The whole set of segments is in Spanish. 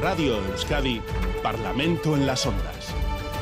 Radio Euskadi, Parlamento en las Ondas.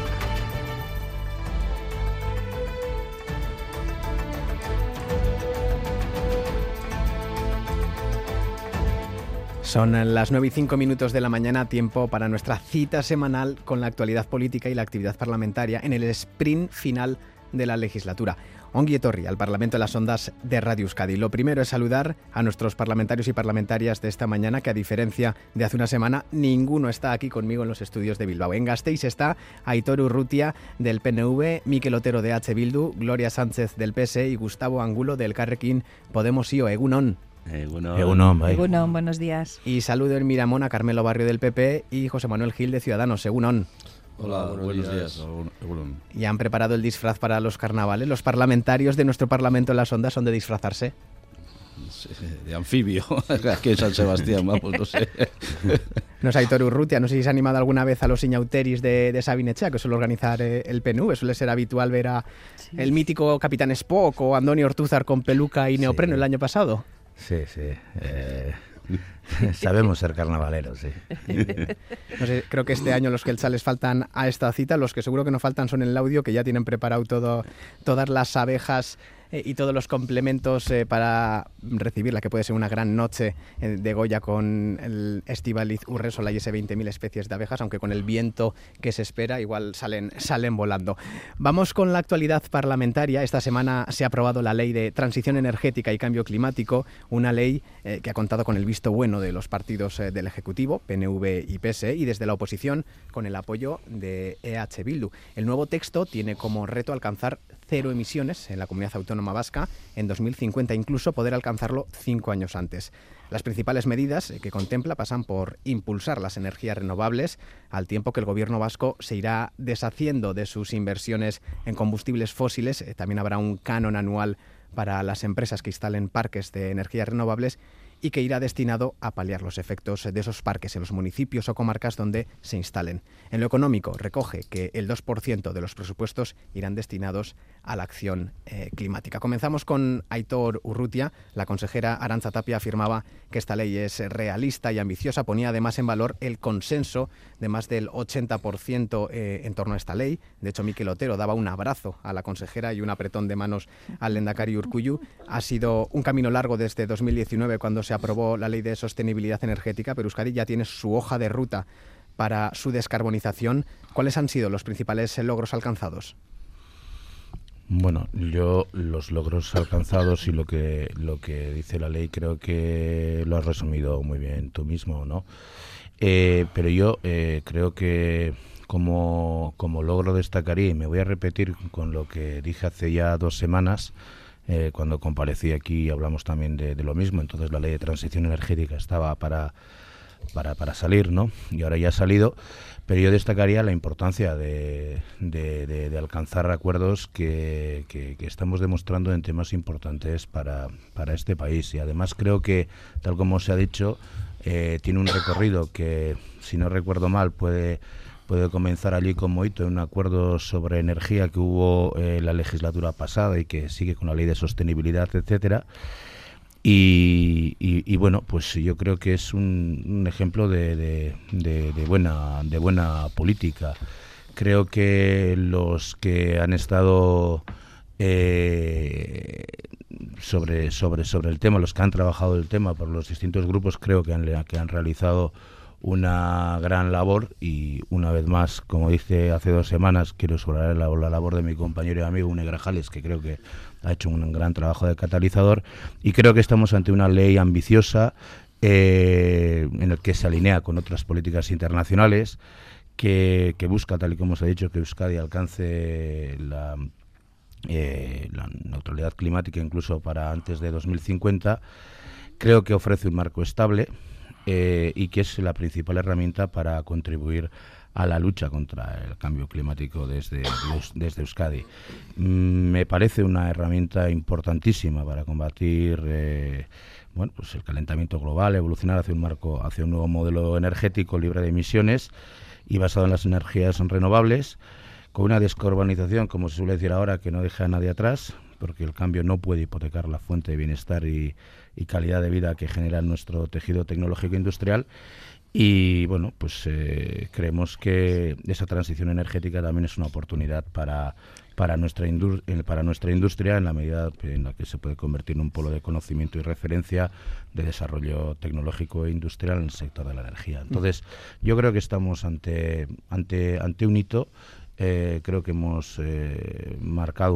Son las 9:05 de la mañana, tiempo para nuestra cita semanal con la actualidad política y la actividad parlamentaria en el sprint final de la legislatura. Ongi etorri al Parlamento de las Ondas de Radio Euskadi. Lo primero es saludar a nuestros parlamentarios y parlamentarias de esta mañana, que a diferencia de hace una semana, ninguno está aquí conmigo en los estudios de Bilbao. En Gasteiz está Aitor Urrutia del PNV, Mikel Otero de H. Bildu, Gloria Sánchez del PS y Gustavo Angulo del Elkarrekin Podemos-Io. Egunon. Egunon, buenos días. Y saludo en Miramón a Carmelo Barrio del PP y José Manuel Gil de Ciudadanos. Egunon. Hola, buenos días. ¿Y han preparado el disfraz para los carnavales? ¿Los parlamentarios de nuestro Parlamento en las Ondas son de disfrazarse? Sí, de anfibio, aquí en San Sebastián, vamos, no sé. No sé, Aitor Urrutia, no sé si se ha animado alguna vez a los Iñauteris de Sabin Etxea, que suele organizar el PNV. Suele ser habitual ver a el mítico Capitán Spock o Andoni Ortúzar con peluca y neopreno el año pasado. Sí. Sabemos ser carnavaleros, sí. No sé, creo que este año los que les faltan a esta cita, los que seguro que no faltan son en el audio, que ya tienen preparado todas las abejas y todos los complementos para recibir la que puede ser una gran noche de Goya con el Estíbaliz Urresola y ese 20.000 especies de abejas, aunque con el viento que se espera igual salen volando. Vamos con la actualidad parlamentaria. Esta semana se ha aprobado la Ley de Transición Energética y Cambio Climático, una ley que ha contado con el visto bueno de los partidos del Ejecutivo, PNV y PSE, y desde la oposición con el apoyo de EH Bildu. El nuevo texto tiene como reto alcanzar cero emisiones en la Comunidad Autónoma Vasca en 2050, incluso poder alcanzarlo 5 años antes. Las principales medidas que contempla pasan por impulsar las energías renovables, al tiempo que el gobierno vasco se irá deshaciendo de sus inversiones en combustibles fósiles. También habrá un canon anual para las empresas que instalen parques de energías renovables y que irá destinado a paliar los efectos de esos parques en los municipios o comarcas donde se instalen. En lo económico, recoge que el 2% de los presupuestos irán destinados a la acción climática. Comenzamos con Aitor Urrutia. La consejera Arantza Tapia afirmaba que esta ley es realista y ambiciosa. Ponía además en valor el consenso de más del 80% en torno a esta ley. De hecho, Mikel Otero daba un abrazo a la consejera y un apretón de manos al lehendakari Urkullu. Ha sido un camino largo desde 2019, cuando se aprobó la Ley de Sostenibilidad Energética, pero Euskadi ya tiene su hoja de ruta para su descarbonización. ¿Cuáles han sido los principales logros alcanzados? Bueno, yo los logros alcanzados y lo que dice la ley creo que lo has resumido muy bien tú mismo, ¿no? Pero yo creo que como logro destacaría, y me voy a repetir con lo que dije hace ya 2 semanas, cuando comparecí aquí hablamos también de lo mismo. Entonces la ley de transición energética estaba para salir, ¿no? Y ahora ya ha salido, pero yo destacaría la importancia de alcanzar acuerdos que estamos demostrando en temas importantes para este país. Y además creo que, tal como se ha dicho, tiene un recorrido que, si no recuerdo mal, puede comenzar allí como hito en un acuerdo sobre energía que hubo la legislatura pasada y que sigue con la ley de sostenibilidad, etcétera. Y bueno, pues yo creo que es un ejemplo de buena política. Creo que los que han estado sobre el tema, los que han trabajado el tema por los distintos grupos, creo que han realizado una gran labor. Y una vez más, como dije hace 2 semanas, quiero subrayar la labor de mi compañero y amigo Une Grajales, que creo que ha hecho un gran trabajo de catalizador, y creo que estamos ante una ley ambiciosa en el que se alinea con otras políticas internacionales, que busca, tal y como se ha dicho, que Euskadi alcance la neutralidad climática incluso para antes de 2050. Creo que ofrece un marco estable y que es la principal herramienta para contribuir a la lucha contra el cambio climático desde Euskadi. Me parece una herramienta importantísima para combatir pues el calentamiento global, evolucionar hacia un nuevo modelo energético libre de emisiones y basado en las energías renovables, con una descarbonización, como se suele decir ahora, que no deja a nadie atrás, porque el cambio no puede hipotecar la fuente de bienestar y calidad de vida que genera nuestro tejido tecnológico industrial. Y bueno, pues creemos que esa transición energética también es una oportunidad para nuestra industria, en la medida en la que se puede convertir en un polo de conocimiento y referencia de desarrollo tecnológico e industrial en el sector de la energía. Entonces, yo creo que estamos ante un hito. Creo que hemos marcado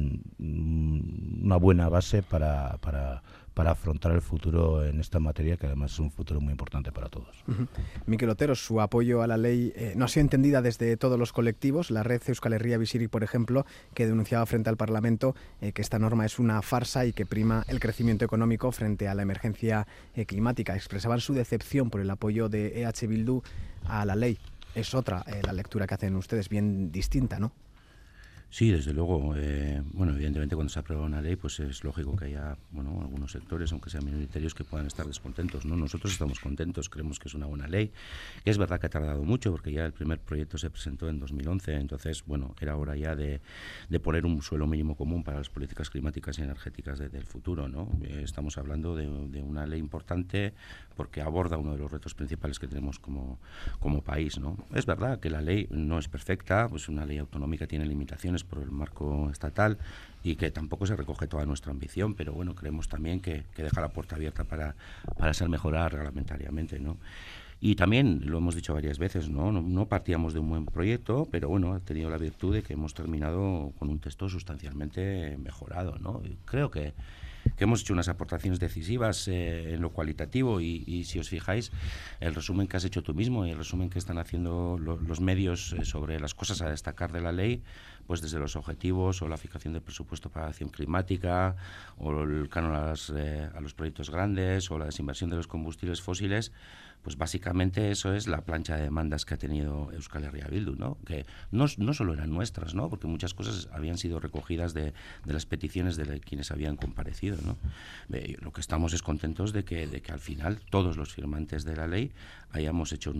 una buena base para afrontar el futuro en esta materia, que además es un futuro muy importante para todos. Mikel Otero, su apoyo a la ley no ha sido entendida desde todos los colectivos. La red Euskal Herria Bizirik, por ejemplo, que denunciaba frente al Parlamento que esta norma es una farsa y que prima el crecimiento económico frente a la emergencia climática. Expresaban su decepción por el apoyo de EH Bildu a la ley. Es otra la lectura que hacen ustedes, bien distinta, ¿no? Sí, desde luego. Evidentemente cuando se aprueba una ley, pues es lógico que haya algunos sectores, aunque sean minoritarios, que puedan estar descontentos, ¿no? Nosotros estamos contentos, creemos que es una buena ley. Es verdad que ha tardado mucho, porque ya el primer proyecto se presentó en 2011, entonces, era hora ya de poner un suelo mínimo común para las políticas climáticas y energéticas del futuro, ¿no? Estamos hablando de una ley importante porque aborda uno de los retos principales que tenemos como país, ¿no? Es verdad que la ley no es perfecta, pues una ley autonómica tiene limitaciones por el marco estatal y que tampoco se recoge toda nuestra ambición, pero creemos también que deja la puerta abierta para ser mejorada reglamentariamente, ¿no? Y también, lo hemos dicho varias veces, no partíamos de un buen proyecto, pero ha tenido la virtud de que hemos terminado con un texto sustancialmente mejorado, ¿no? Y creo que hemos hecho unas aportaciones decisivas en lo cualitativo y si os fijáis, el resumen que has hecho tú mismo y el resumen que están haciendo los medios sobre las cosas a destacar de la ley, pues desde los objetivos o la fijación del presupuesto para la acción climática o el canon a los proyectos grandes o la desinversión de los combustibles fósiles, pues básicamente eso es la plancha de demandas que ha tenido Euskal Herria Bildu, ¿no? Que no solo eran nuestras, ¿no? Porque muchas cosas habían sido recogidas de las peticiones de quienes habían comparecido, ¿no? Lo que estamos es contentos de que al final todos los firmantes de la ley hayamos hecho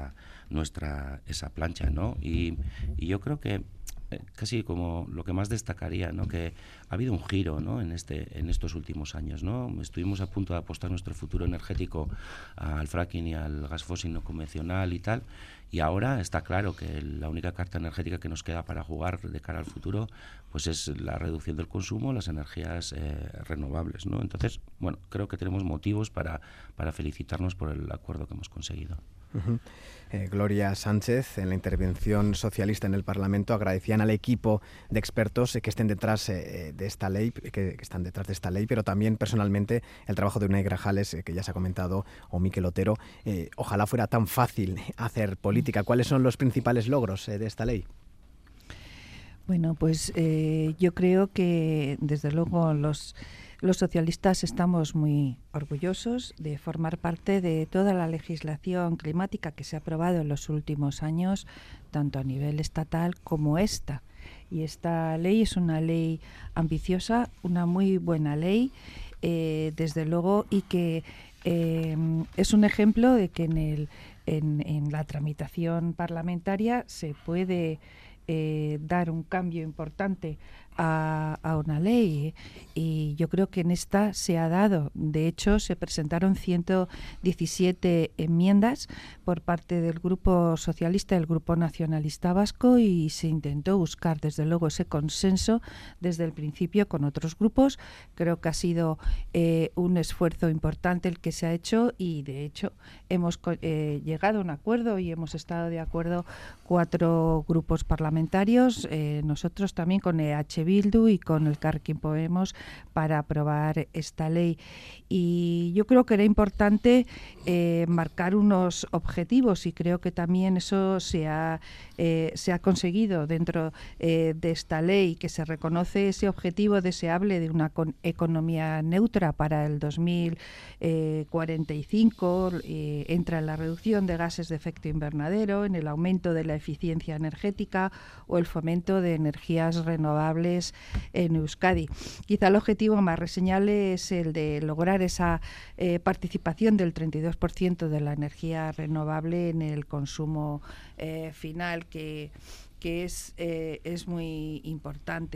esa plancha, ¿no? Y yo creo que casi como lo que más destacaría, ¿no? Que ha habido un giro, ¿no? en estos últimos años, ¿no? Estuvimos a punto de apostar nuestro futuro energético al fracking y al gas fósil no convencional y tal, y ahora está claro que la única carta energética que nos queda para jugar de cara al futuro pues es la reducción del consumo, las energías renovables, ¿no? Entonces, creo que tenemos motivos para felicitarnos por el acuerdo que hemos conseguido. Uh-huh. Gloria Sánchez, en la intervención socialista en el Parlamento, agradecían al equipo de expertos que estén detrás de esta ley, que están detrás de esta ley, pero también personalmente el trabajo de Unai Grajales, que ya se ha comentado, o Mikel Otero. Ojalá fuera tan fácil hacer política. ¿Cuáles son los principales logros de esta ley? Bueno, pues yo creo que desde luego los socialistas estamos muy orgullosos de formar parte de toda la legislación climática que se ha aprobado en los últimos años, tanto a nivel estatal como esta. Y esta ley es una ley ambiciosa, una muy buena ley, desde luego, y que es un ejemplo de que en la tramitación parlamentaria se puede dar un cambio importante a una ley, y yo creo que en esta se ha dado. De hecho, se presentaron 117 enmiendas por parte del Grupo Socialista y el Grupo Nacionalista Vasco, y se intentó buscar desde luego ese consenso desde el principio con otros grupos. Creo que ha sido un esfuerzo importante el que se ha hecho, y de hecho hemos llegado a un acuerdo y hemos estado de acuerdo 4 grupos parlamentarios, nosotros también con EH Bildu y con el Elkarrekin Podemos, para aprobar esta ley. Y yo creo que era importante marcar unos objetivos, y creo que también eso se ha conseguido dentro de esta ley, que se reconoce ese objetivo deseable de una economía neutra para el 2045, entra en la reducción de gases de efecto invernadero, en el aumento de la eficiencia energética o el fomento de energías renovables en Euskadi. Quizá el objetivo más reseñable es el de lograr esa participación del 32% de la energía renovable en el consumo final, que es muy importante.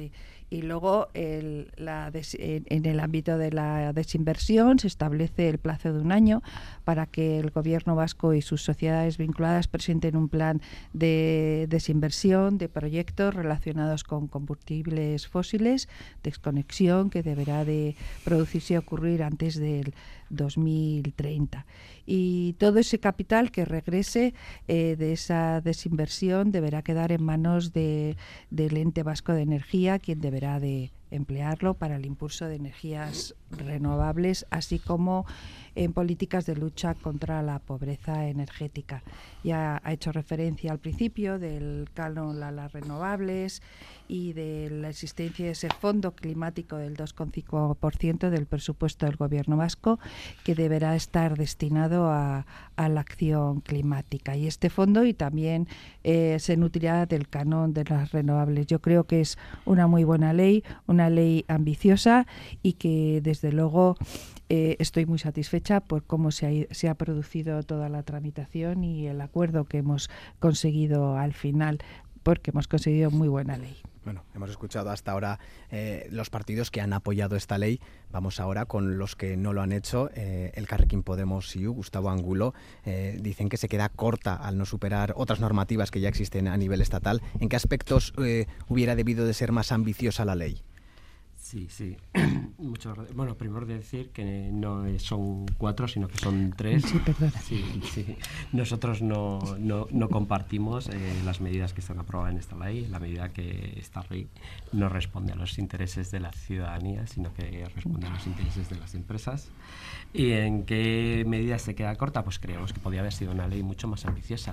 Y luego, en el ámbito de la desinversión, se establece el plazo de un año para que el Gobierno vasco y sus sociedades vinculadas presenten un plan de desinversión de proyectos relacionados con combustibles fósiles, desconexión que deberá de producirse y ocurrir antes del 2030. Y todo ese capital que regrese de esa desinversión deberá quedar en manos del Ente Vasco de Energía, quien deberá de emplearlo para el impulso de energías renovables, así como en políticas de lucha contra la pobreza energética. Ya ha hecho referencia al principio del canon a las renovables y de la existencia de ese fondo climático del 2,5% del presupuesto del Gobierno vasco, que deberá estar destinado a la acción climática. Y este fondo y también se nutrirá del canon de las renovables. Yo creo que es una muy buena ley, una ley ambiciosa y que desde luego estoy muy satisfecha por cómo se ha producido toda la tramitación y el acuerdo que hemos conseguido al final, porque hemos conseguido muy buena ley. Bueno, hemos escuchado hasta ahora los partidos que han apoyado esta ley. Vamos ahora con los que no lo han hecho. Elkarrekin Podemos y Gustavo Angulo dicen que se queda corta al no superar otras normativas que ya existen a nivel estatal. ¿En qué aspectos hubiera debido de ser más ambiciosa la ley? Sí. Bueno, primero decir que no son 4, sino que son 3. Sí, perdona. Sí. Nosotros no compartimos las medidas que están aprobadas en esta ley. La medida que esta ley no responde a los intereses de la ciudadanía, sino que responde a los intereses de las empresas. ¿Y en qué medida se queda corta? Pues creemos que podría haber sido una ley mucho más ambiciosa.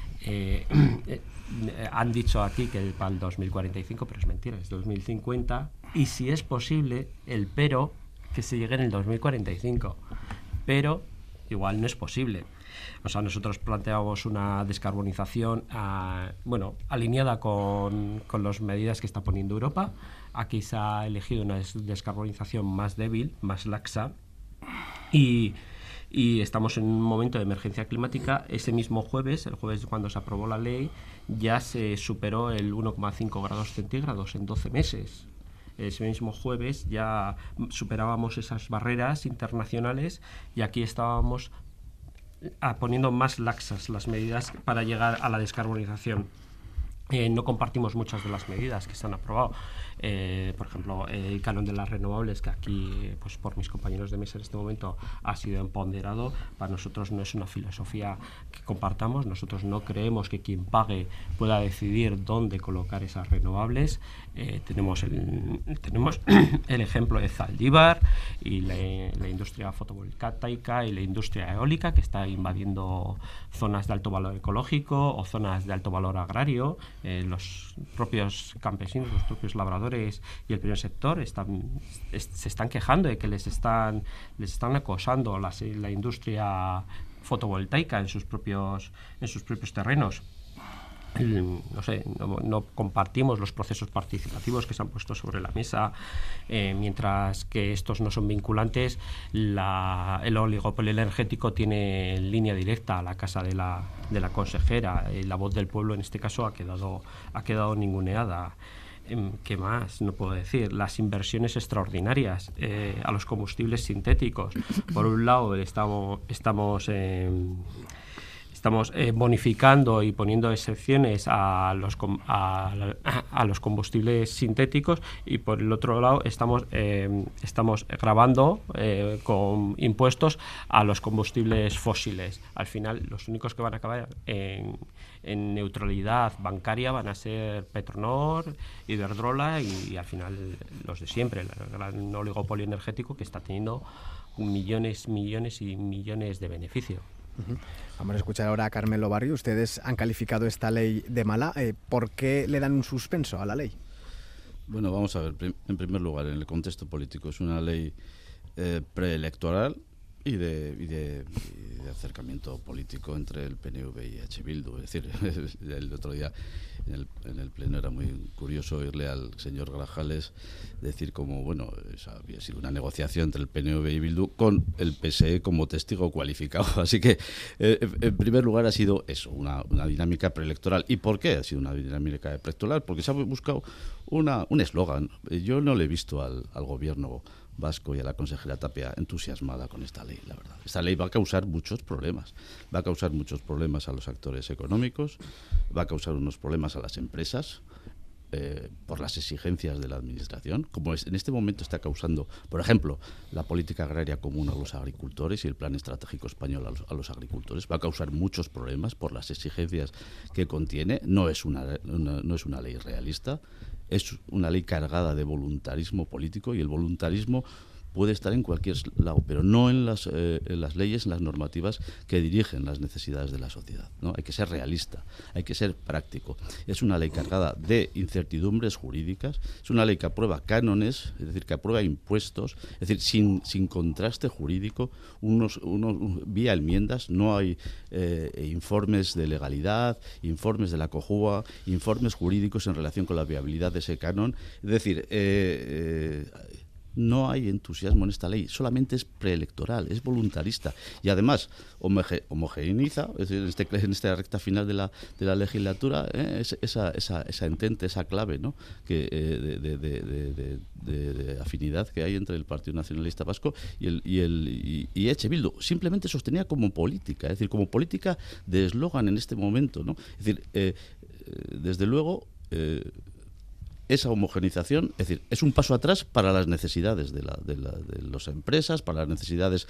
Han dicho aquí que para el 2045, pero es mentira, es 2050, y si es posible, que se llegue en el 2045, pero igual no es posible. O sea, nosotros planteamos una descarbonización alineada con las medidas que está poniendo Europa. Aquí se ha elegido una descarbonización más débil, más laxa, y estamos en un momento de emergencia climática. Ese mismo jueves, el jueves cuando se aprobó la ley, ya se superó el 1,5 grados centígrados en 12 meses. Ese mismo jueves ya superábamos esas barreras internacionales y aquí estábamos poniendo más laxas las medidas para llegar a la descarbonización. No compartimos muchas de las medidas que se han aprobado. Por ejemplo, el canon de las renovables, que aquí, pues por mis compañeros de mesa en este momento, ha sido empoderado. Para nosotros no es una filosofía que compartamos. Nosotros no creemos que quien pague pueda decidir dónde colocar esas renovables. Tenemos el ejemplo de Zaldívar y la industria fotovoltaica y la industria eólica, que está invadiendo zonas de alto valor ecológico o zonas de alto valor agrario. Los propios campesinos, los propios labradores y el primer sector se están quejando de que les están acosando la industria fotovoltaica en sus propios terrenos. No compartimos los procesos participativos que se han puesto sobre la mesa, mientras que estos no son vinculantes. El oligopolio energético tiene línea directa a la casa de la consejera. La voz del pueblo en este caso ha quedado ninguneada. ¿Qué más no puedo decir? Las inversiones extraordinarias a los combustibles sintéticos. Por un lado estamos bonificando y poniendo excepciones a los combustibles sintéticos, y por el otro lado estamos gravando con impuestos a los combustibles fósiles. Al final, los únicos que van a acabar en neutralidad bancaria van a ser Petronor, Iberdrola y al final los de siempre, el gran oligopolio energético que está teniendo millones y millones de beneficio. Vamos a escuchar ahora a Carmelo Barrio. Ustedes han calificado esta ley de mala. ¿Por qué le dan un suspenso a la ley? Bueno, vamos a ver. En primer lugar, en el contexto político, es una ley preelectoral, y de acercamiento político entre el PNV y H. Bildu. Es decir, el otro día en el pleno era muy curioso oírle al señor Grajales decir como, bueno, esa había sido una negociación entre el PNV y Bildu con el PSE como testigo cualificado. Así que, en primer lugar, ha sido eso, una dinámica preelectoral. ¿Y por qué ha sido una dinámica preelectoral? Porque se ha buscado un eslogan. Yo no le he visto al gobierno vasco y a la consejera Tapia entusiasmada con esta ley, la verdad. Esta ley va a causar muchos problemas. Va a causar muchos problemas a los actores económicos, va a causar unos problemas a las empresas por las exigencias de la administración, como en este momento está causando, por ejemplo, la política agraria común a los agricultores y el plan estratégico español a los agricultores. Va a causar muchos problemas por las exigencias que contiene. No es una ley realista. Es una ley cargada de voluntarismo político, y el voluntarismo puede estar en cualquier lado, pero no en las leyes, en las normativas que dirigen las necesidades de la sociedad, ¿no? Hay que ser realista, hay que ser práctico. Es una ley cargada de incertidumbres jurídicas, es una ley que aprueba cánones, es decir, que aprueba impuestos, es decir, sin contraste jurídico, vía enmiendas. No hay informes de legalidad, informes de la COJUA, informes jurídicos en relación con la viabilidad de ese canon. Es decir, no hay entusiasmo en esta ley, solamente es preelectoral, es voluntarista y además homogeneiza, es decir, en esta recta final de la legislatura, esa entente, esa clave, ¿no?, que de afinidad que hay entre el Partido Nacionalista Vasco y H. Bildu, simplemente sostenida como política, es decir, como política de eslogan en este momento, ¿no? Es decir, desde luego, esa homogeneización, es decir, es un paso atrás para las necesidades de las empresas, para las necesidades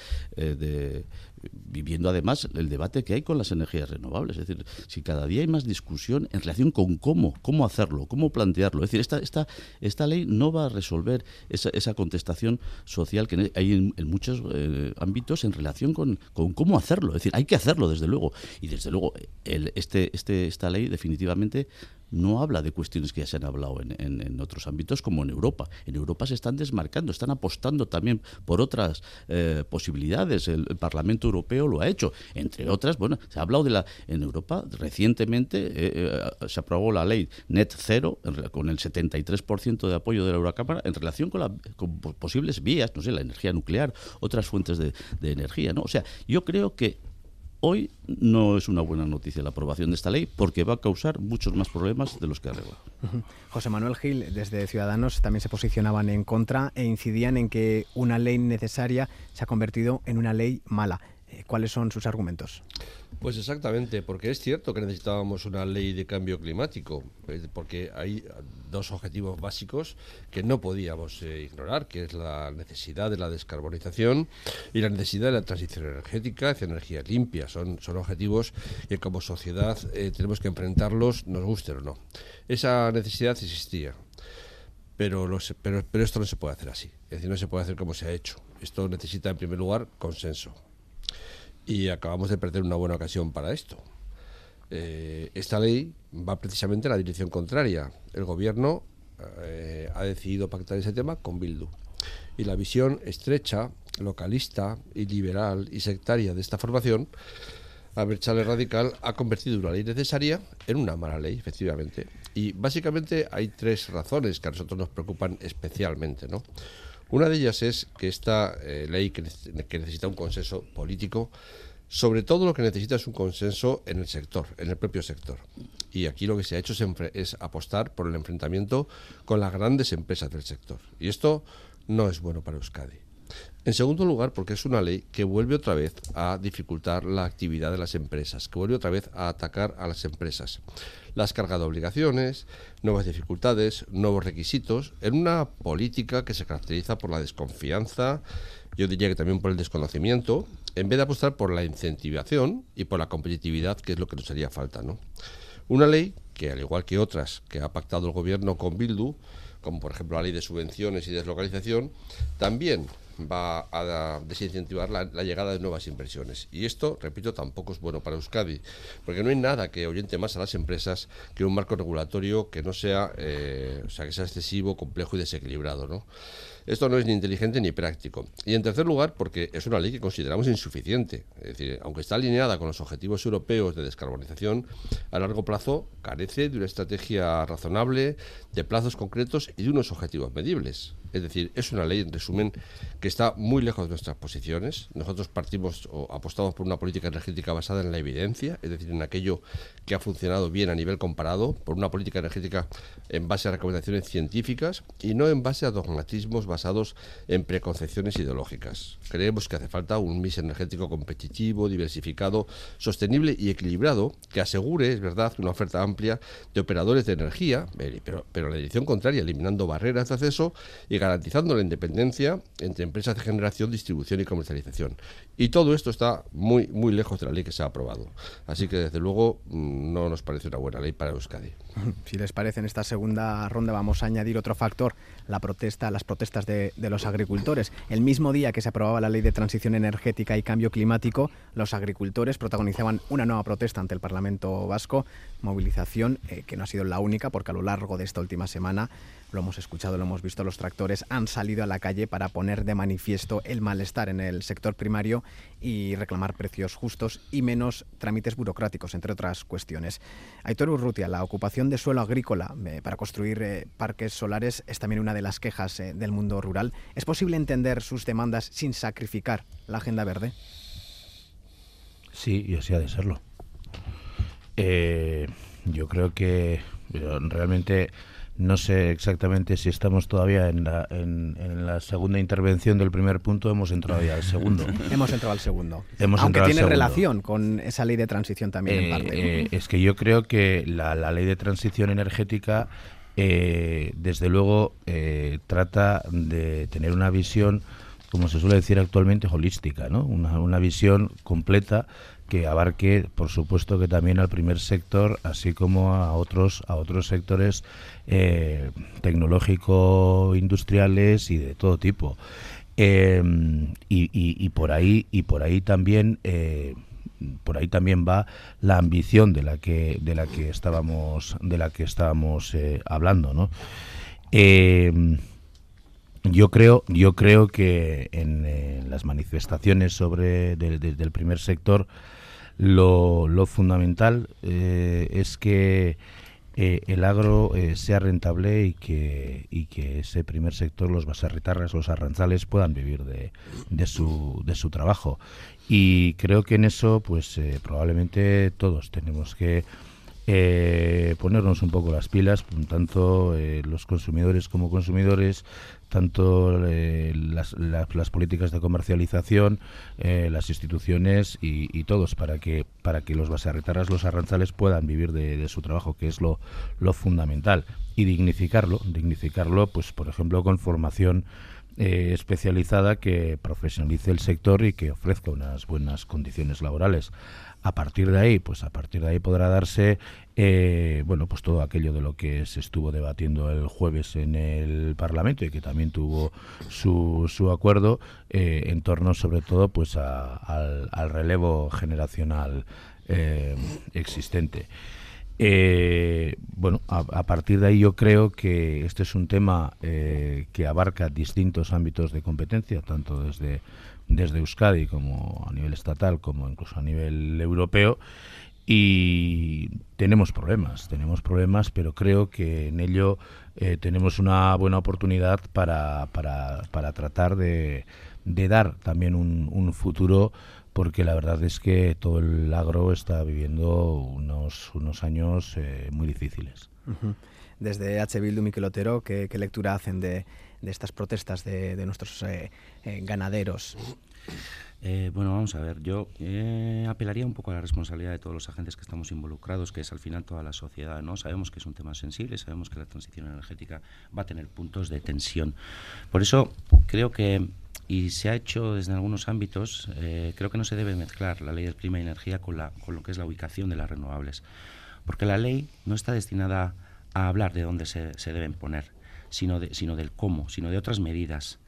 viviendo además el debate que hay con las energías renovables. Es decir, si cada día hay más discusión en relación con cómo hacerlo, cómo plantearlo. Es decir, esta ley no va a resolver esa contestación social que hay en muchos ámbitos en relación con cómo hacerlo. Es decir, hay que hacerlo, desde luego. Y desde luego, esta ley definitivamente no habla de cuestiones que ya se han hablado en otros ámbitos, como en Europa. En Europa se están desmarcando, están apostando también por otras posibilidades. El Parlamento Europeo lo ha hecho. Entre otras, bueno, se ha hablado en Europa recientemente, se aprobó la ley Net Zero con el 73% de apoyo de la Eurocámara en relación con posibles vías, no sé, la energía nuclear, otras fuentes de energía, ¿no? O sea, yo creo que hoy no es una buena noticia la aprobación de esta ley, porque va a causar muchos más problemas de los que arregla. José Manuel Gil, desde Ciudadanos, también se posicionaban en contra e incidían en que una ley necesaria se ha convertido en una ley mala. ¿Cuáles son sus argumentos? Pues exactamente, porque es cierto que necesitábamos una ley de cambio climático, porque hay dos objetivos básicos que no podíamos ignorar, que es la necesidad de la descarbonización y la necesidad de la transición energética hacia energías limpias. Son objetivos que como sociedad tenemos que enfrentarlos, nos guste o no. Esa necesidad existía, pero esto no se puede hacer así, es decir, no se puede hacer como se ha hecho. Esto necesita, en primer lugar, consenso. Y acabamos de perder una buena ocasión para esto. Esta ley va precisamente en la dirección contraria. El gobierno ha decidido pactar ese tema con Bildu. Y la visión estrecha, localista y liberal y sectaria de esta formación, Abertzale Radical, ha convertido una ley necesaria en una mala ley, efectivamente. Y básicamente hay tres razones que a nosotros nos preocupan especialmente, ¿no? Una de ellas es que esta ley que necesita un consenso político, sobre todo lo que necesita es un consenso en el sector, en el propio sector. Y aquí lo que se ha hecho es apostar por el enfrentamiento con las grandes empresas del sector. Y esto no es bueno para Euskadi. En segundo lugar, porque es una ley que vuelve otra vez a dificultar la actividad de las empresas, que vuelve otra vez a atacar a las empresas. Las carga de obligaciones, nuevas dificultades, nuevos requisitos, en una política que se caracteriza por la desconfianza, yo diría que también por el desconocimiento, en vez de apostar por la incentivación y por la competitividad, que es lo que nos haría falta, ¿no? Una ley que, al igual que otras que ha pactado el gobierno con Bildu, como por ejemplo la ley de subvenciones y deslocalización, también va a desincentivar la llegada de nuevas inversiones. Y esto, repito, tampoco es bueno para Euskadi, porque no hay nada que ahuyente más a las empresas que un marco regulatorio que no sea, que sea excesivo, complejo y desequilibrado, ¿no? Esto no es ni inteligente ni práctico. Y en tercer lugar, porque es una ley que consideramos insuficiente. Es decir, aunque está alineada con los objetivos europeos de descarbonización, a largo plazo carece de una estrategia razonable, de plazos concretos y de unos objetivos medibles. Es decir, es una ley, en resumen, que está muy lejos de nuestras posiciones. Nosotros partimos o apostamos por una política energética basada en la evidencia, es decir, en aquello que ha funcionado bien a nivel comparado, por una política energética en base a recomendaciones científicas y no en base a dogmatismos basados en preconcepciones ideológicas. Creemos que hace falta un mix energético competitivo, diversificado, sostenible y equilibrado que asegure, es verdad, una oferta amplia de operadores de energía, pero en la dirección contraria, eliminando barreras de acceso y garantizando la independencia entre empresas de generación, distribución y comercialización. Y todo esto está muy, muy lejos de la ley que se ha aprobado. Así que, desde luego, no nos parece una buena ley para Euskadi. Si les parece, en esta segunda ronda vamos a añadir otro factor, las protestas de los agricultores. El mismo día que se aprobaba la Ley de Transición Energética y Cambio Climático, los agricultores protagonizaban una nueva protesta ante el Parlamento Vasco, movilización que no ha sido la única, porque a lo largo de esta última semana, lo hemos escuchado, lo hemos visto, los tractores han salido a la calle para poner de manifiesto el malestar en el sector primario y reclamar precios justos y menos trámites burocráticos, entre otras cuestiones. Aitor Urrutia, la ocupación de suelo agrícola para construir parques solares es también una de las quejas del mundo rural. ¿Es posible entender sus demandas sin sacrificar la agenda verde? Sí, y así ha de serlo. Yo creo que realmente no sé exactamente si estamos todavía en la segunda intervención del primer punto. Hemos entrado ya al segundo. Hemos entrado al segundo. Aunque tiene relación con esa ley de transición también en parte. Es que yo creo que la ley de transición energética, desde luego, trata de tener una visión, como se suele decir actualmente, holística, ¿no? Una visión completa que abarque, por supuesto, que también al primer sector, así como a otros sectores tecnológico-industriales y de todo tipo. Y por ahí también va la ambición de la que estábamos hablando, ¿no? Yo creo que en las manifestaciones del primer sector lo fundamental es que el agro sea rentable y que ese primer sector, los baserritarras, los arranzales, puedan vivir de su trabajo. Y creo que en eso pues probablemente todos tenemos que ponernos un poco las pilas, tanto los consumidores como consumidores, tanto las políticas de comercialización, las instituciones y todos, para que los baserritarras, los arranzales puedan vivir de su trabajo, que es lo fundamental, y dignificarlo, pues por ejemplo con formación especializada que profesionalice el sector y que ofrezca unas buenas condiciones laborales. A partir de ahí podrá darse pues todo aquello de lo que se estuvo debatiendo el jueves en el Parlamento y que también tuvo su acuerdo en torno sobre todo pues al relevo generacional existente. A partir de ahí yo creo que este es un tema que abarca distintos ámbitos de competencia, tanto desde Euskadi como a nivel estatal, como incluso a nivel europeo, y tenemos problemas, pero creo que en ello tenemos una buena oportunidad para tratar de dar también un futuro, porque la verdad es que todo el agro está viviendo unos años muy difíciles. Uh-huh. Desde H. Bildu, Mikel Otero, ¿qué lectura hacen de estas protestas de nuestros ganaderos? Vamos a ver, yo apelaría un poco a la responsabilidad de todos los agentes que estamos involucrados, que es al final toda la sociedad, ¿no? Sabemos que es un tema sensible, sabemos que la transición energética va a tener puntos de tensión. Por eso creo que, y se ha hecho desde algunos ámbitos, creo que no se debe mezclar la ley del clima y energía con lo que es la ubicación de las renovables, porque la ley no está destinada a hablar de dónde se deben poner, sino del cómo, sino de otras medidas.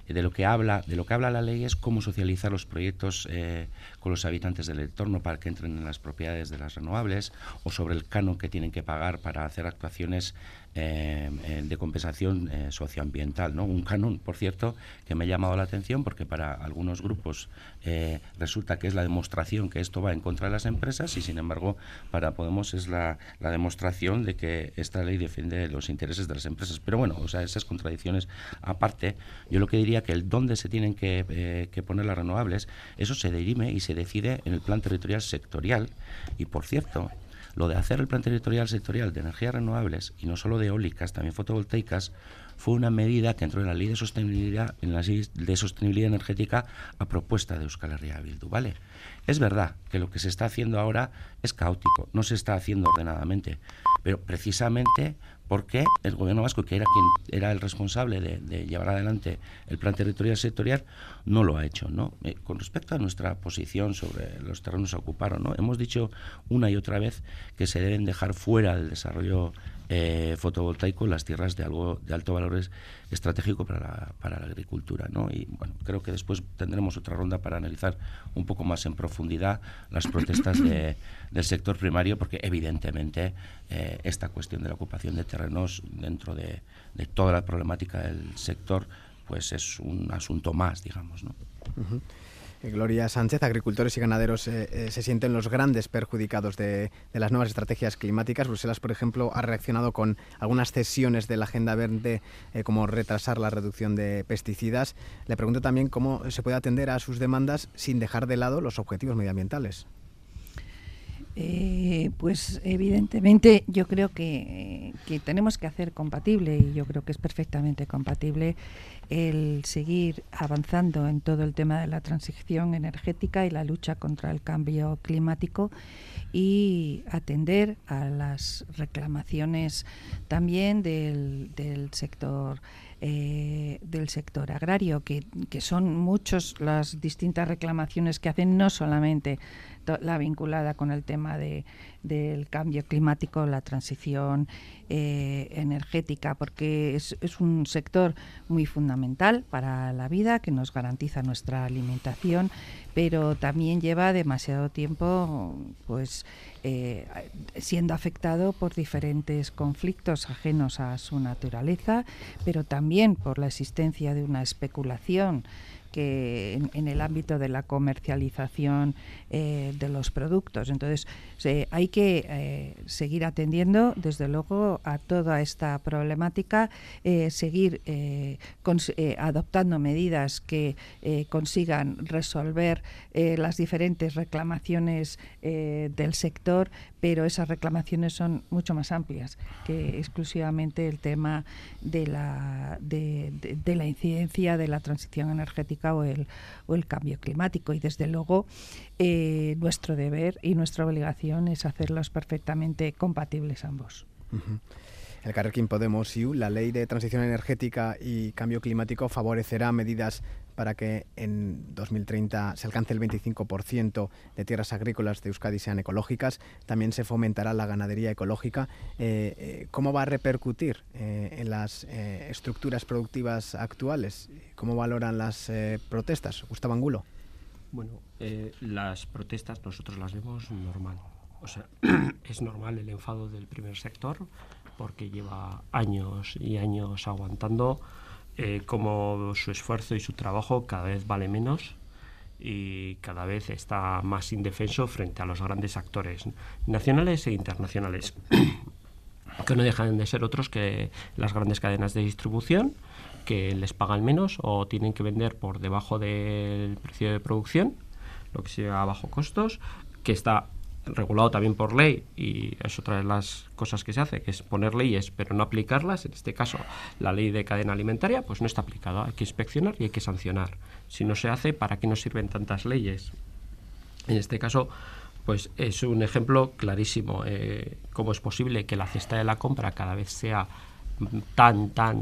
de lo que habla la ley es cómo socializar los proyectos con los habitantes del entorno para que entren en las propiedades de las renovables, o sobre el canon que tienen que pagar para hacer actuaciones de compensación socioambiental, ¿no? Un canon, por cierto, que me ha llamado la atención porque para algunos grupos resulta que es la demostración que esto va en contra de las empresas, y sin embargo para Podemos es la demostración de que esta ley defiende los intereses de las empresas. Pero bueno, o sea, esas contradicciones aparte, yo lo que diría que el dónde se tienen que poner las renovables, eso se dirime y se decide en el plan territorial sectorial. Y por cierto, lo de hacer el plan territorial sectorial de energías renovables, y no solo de eólicas, también fotovoltaicas, fue una medida que entró en la ley de sostenibilidad, energética, a propuesta de Euskal Herria Bildu, ¿vale? Es verdad que lo que se está haciendo ahora es caótico, no se está haciendo ordenadamente, pero precisamente porque el gobierno vasco, que era quien era el responsable de llevar adelante el plan territorial sectorial, no lo ha hecho, ¿no? Con respecto a nuestra posición sobre los terrenos a ocupar, ¿no? Hemos dicho una y otra vez que se deben dejar fuera del desarrollo fotovoltaico las tierras de alto valor estratégico para la agricultura, ¿no? Y bueno, creo que después tendremos otra ronda para analizar un poco más en profundidad las protestas del sector primario, porque evidentemente esta cuestión de la ocupación de terrenos dentro de toda la problemática del sector pues es un asunto más, digamos, ¿no? Uh-huh. Gloria Sánchez, agricultores y ganaderos se sienten los grandes perjudicados de las nuevas estrategias climáticas. Bruselas, por ejemplo, ha reaccionado con algunas cesiones de la Agenda Verde, como retrasar la reducción de pesticidas. Le pregunto también cómo se puede atender a sus demandas sin dejar de lado los objetivos medioambientales. Pues evidentemente yo creo que tenemos que hacer compatible, y yo creo que es perfectamente compatible, el seguir avanzando en todo el tema de la transición energética y la lucha contra el cambio climático, y atender a las reclamaciones también del sector agrario, que son muchos las distintas reclamaciones que hacen, no solamente la vinculada con el tema del cambio climático, la transición energética, porque es un sector muy fundamental para la vida, que nos garantiza nuestra alimentación, pero también lleva demasiado tiempo pues siendo afectado por diferentes conflictos ajenos a su naturaleza, pero también por la existencia de una especulación que en el ámbito de la comercialización de los productos. Entonces, hay que seguir atendiendo, desde luego, a toda esta problemática, seguir adoptando medidas que consigan resolver las diferentes reclamaciones del sector, pero esas reclamaciones son mucho más amplias que exclusivamente el tema de la incidencia de la transición energética o el cambio climático. Y desde luego nuestro deber y nuestra obligación es hacerlos perfectamente compatibles ambos. Uh-huh. El Elkarrekin Podemos IU, la ley de transición energética y cambio climático favorecerá medidas para que en 2030 se alcance el 25% de tierras agrícolas de Euskadi sean ecológicas. También se fomentará la ganadería ecológica. ¿Cómo va a repercutir en las estructuras productivas actuales? ¿Cómo valoran las protestas? Gustavo Angulo. Bueno, las protestas nosotros las vemos normal. O sea, es normal el enfado del primer sector, porque lleva años y años aguantando, como su esfuerzo y su trabajo cada vez vale menos y cada vez está más indefenso frente a los grandes actores nacionales e internacionales, que no dejan de ser otros que las grandes cadenas de distribución, que les pagan menos o tienen que vender por debajo del precio de producción, lo que se llama a bajo costos, que está regulado también por ley, y es otra de las cosas que se hace, que es poner leyes pero no aplicarlas. En este caso, la ley de cadena alimentaria pues no está aplicada, hay que inspeccionar y hay que sancionar. Si no se hace, ¿para qué nos sirven tantas leyes? En este caso, pues es un ejemplo clarísimo. ¿Cómo es posible que la cesta de la compra cada vez sea tan cara,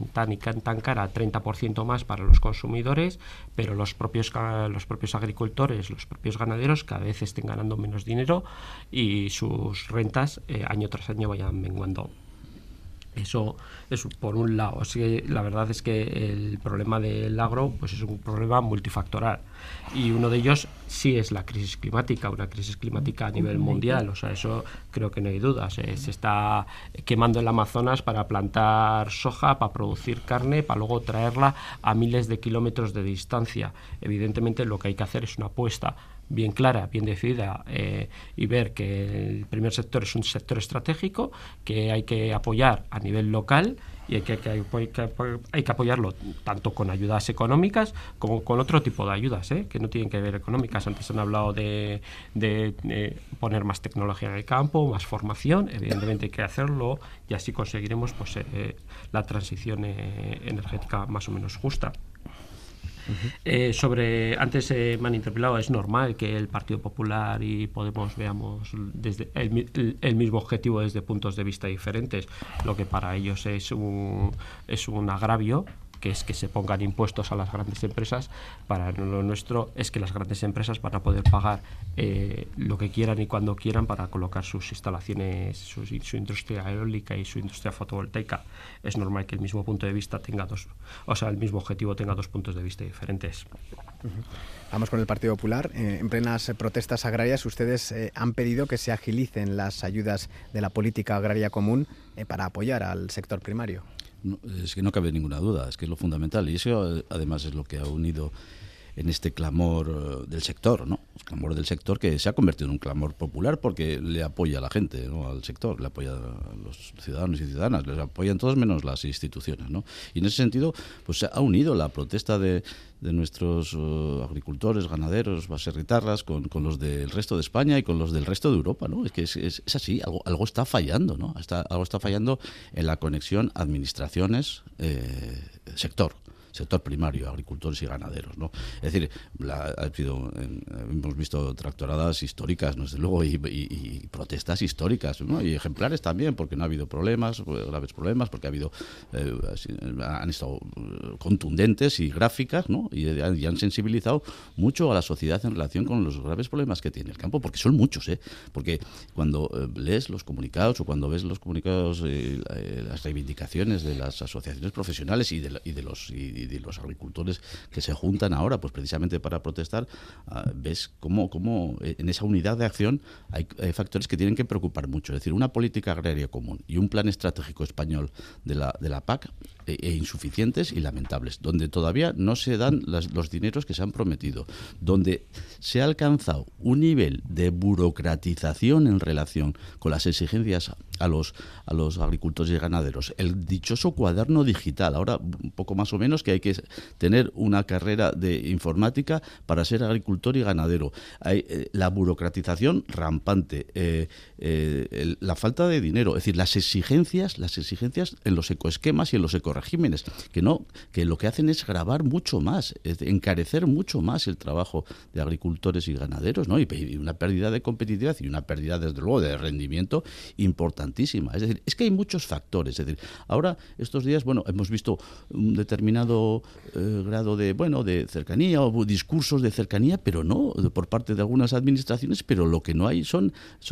30% más para los consumidores, pero los propios agricultores, los propios ganaderos cada vez estén ganando menos dinero y sus rentas año tras año vayan menguando? Eso es por un lado. Así que la verdad es que el problema del agro pues es un problema multifactorial, y uno de ellos sí es la crisis climática, una crisis climática a nivel mundial. O sea, eso creo que no hay dudas. Se está quemando el Amazonas para plantar soja, para producir carne, para luego traerla a miles de kilómetros de distancia. Evidentemente lo que hay que hacer es una apuesta bien clara, bien decidida, y ver que el primer sector es un sector estratégico que hay que apoyar a nivel local, y hay que apoyarlo tanto con ayudas económicas como con otro tipo de ayudas, que no tienen que ver económicas. Antes han hablado de poner más tecnología en el campo, más formación. Evidentemente hay que hacerlo, y así conseguiremos pues la transición energética más o menos justa. Antes me han interpelado, es normal que el Partido Popular y Podemos veamos desde el mismo objetivo desde puntos de vista diferentes. Lo que para ellos es un agravio, que es que se pongan impuestos a las grandes empresas. Para lo nuestro es que las grandes empresas van a poder pagar lo que quieran y cuando quieran para colocar sus instalaciones, su industria eólica y su industria fotovoltaica. Es normal que el mismo punto de vista el mismo objetivo tenga dos puntos de vista diferentes. Vamos con el Partido Popular. En plenas protestas agrarias, ustedes han pedido que se agilicen las ayudas de la política agraria común para apoyar al sector primario. No, es que no cabe ninguna duda, es que es lo fundamental, y eso además es lo que ha unido en este clamor del sector, ¿no? El clamor del sector que se ha convertido en un clamor popular porque le apoya a la gente, ¿no? Al sector, le apoya a los ciudadanos y ciudadanas, les apoyan todos menos las instituciones, ¿no? Y en ese sentido, pues se ha unido la protesta de nuestros agricultores, ganaderos, baserritarras con los del resto de España y con los del resto de Europa, ¿no? Es que es así, algo está fallando, ¿no? Algo está fallando en la conexión administraciones, sector primario, agricultores y ganaderos, ¿no? Es decir, hemos visto tractoradas históricas, ¿no? Desde luego, y protestas históricas, ¿no? Y ejemplares también, porque no ha habido graves problemas, porque han estado contundentes y gráficas, ¿no? Y han sensibilizado mucho a la sociedad en relación con los graves problemas que tiene el campo, porque son muchos, porque cuando lees los comunicados o cuando ves los comunicados, las reivindicaciones de las asociaciones profesionales y de los agricultores que se juntan ahora pues precisamente para protestar, ves cómo en esa unidad de acción hay factores que tienen que preocupar mucho. Es decir, una política agraria común y un plan estratégico español de la PAC insuficientes y lamentables, donde todavía no se dan los dineros que se han prometido, donde se ha alcanzado un nivel de burocratización en relación con las exigencias a los agricultores y ganaderos, el dichoso cuaderno digital, ahora un poco más o menos que hay que tener una carrera de informática para ser agricultor y ganadero, hay la burocratización rampante, la falta de dinero, es decir, las exigencias en los ecoesquemas y en los ecoregímenes, que lo que hacen es gravar mucho más, encarecer mucho más el trabajo de agricultores y ganaderos, ¿no? Y una pérdida de competitividad y una pérdida, desde luego, de rendimiento importantísima. Es decir, es que hay muchos factores. Es decir, ahora, estos días, hemos visto un determinado grado de cercanía o discursos de cercanía, pero no por parte de algunas administraciones, pero lo que no hay son